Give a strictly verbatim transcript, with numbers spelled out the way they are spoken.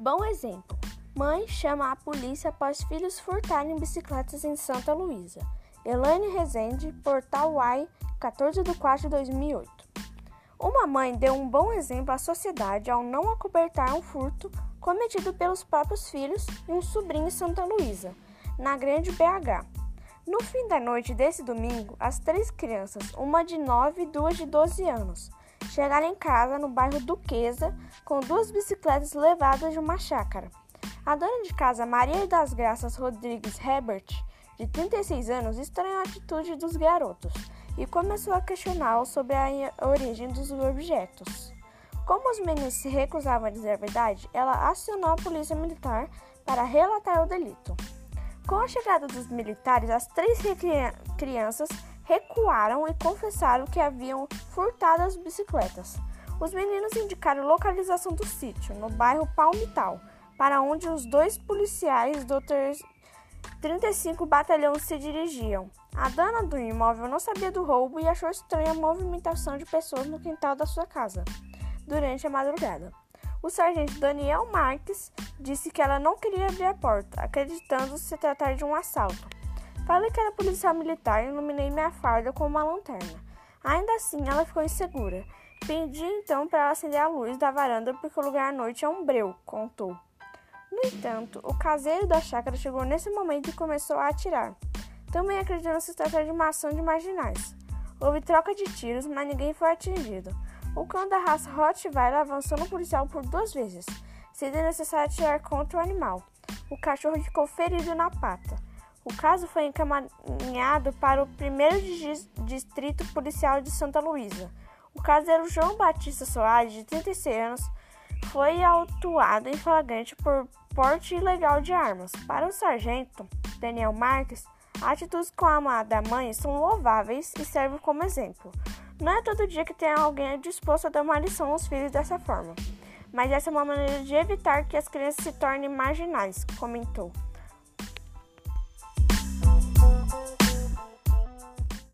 Bom exemplo. Mãe chama a polícia após filhos furtarem bicicletas em Santa Luísa. Elaine Rezende, Portal Uai, quatorze de quatro de dois mil e oito. Uma mãe deu um bom exemplo à sociedade ao não acobertar um furto cometido pelos próprios filhos e um sobrinho em Santa Luísa, na Grande B H. No fim da noite desse domingo, as três crianças, uma de nove e duas de doze anos, chegaram em casa no bairro Duquesa com duas bicicletas levadas de uma chácara. A dona de casa, Maria das Graças Rodrigues Herbert, de trinta e seis anos, estranhou a atitude dos garotos e começou a questioná-los sobre a origem dos objetos. Como os meninos se recusavam a dizer a verdade, ela acionou a polícia militar para relatar o delito. Com a chegada dos militares, as três crianças recuaram e confessaram que haviam furtado as bicicletas. Os meninos indicaram a localização do sítio, no bairro Palmital, para onde os dois policiais do trinta e cinco Batalhão se dirigiam. A dona do imóvel não sabia do roubo e achou estranha a movimentação de pessoas no quintal da sua casa durante a madrugada. O sargento Daniel Marques disse que ela não queria abrir a porta, acreditando se tratar de um assalto. Falei que era policial militar e iluminei minha farda com uma lanterna. Ainda assim, ela ficou insegura. Pedi então para ela acender a luz da varanda porque o lugar à noite é um breu, contou. No entanto, o caseiro da chácara chegou nesse momento e começou a atirar, também acreditando se tratar de uma ação de marginais. Houve troca de tiros, mas ninguém foi atingido. O cão da raça Rottweiler avançou no policial por duas vezes, sendo necessário atirar contra o animal. O cachorro ficou ferido na pata. O caso foi encaminhado para o primeiro Distrito Policial de Santa Luísa. O caseiro João Batista Soares, de trinta e seis anos, foi autuado em flagrante por porte ilegal de armas. Para o sargento Daniel Marques, atitudes com a amada mãe são louváveis e servem como exemplo. Não é todo dia que tem alguém disposto a dar uma lição aos filhos dessa forma, mas essa é uma maneira de evitar que as crianças se tornem marginais, comentou.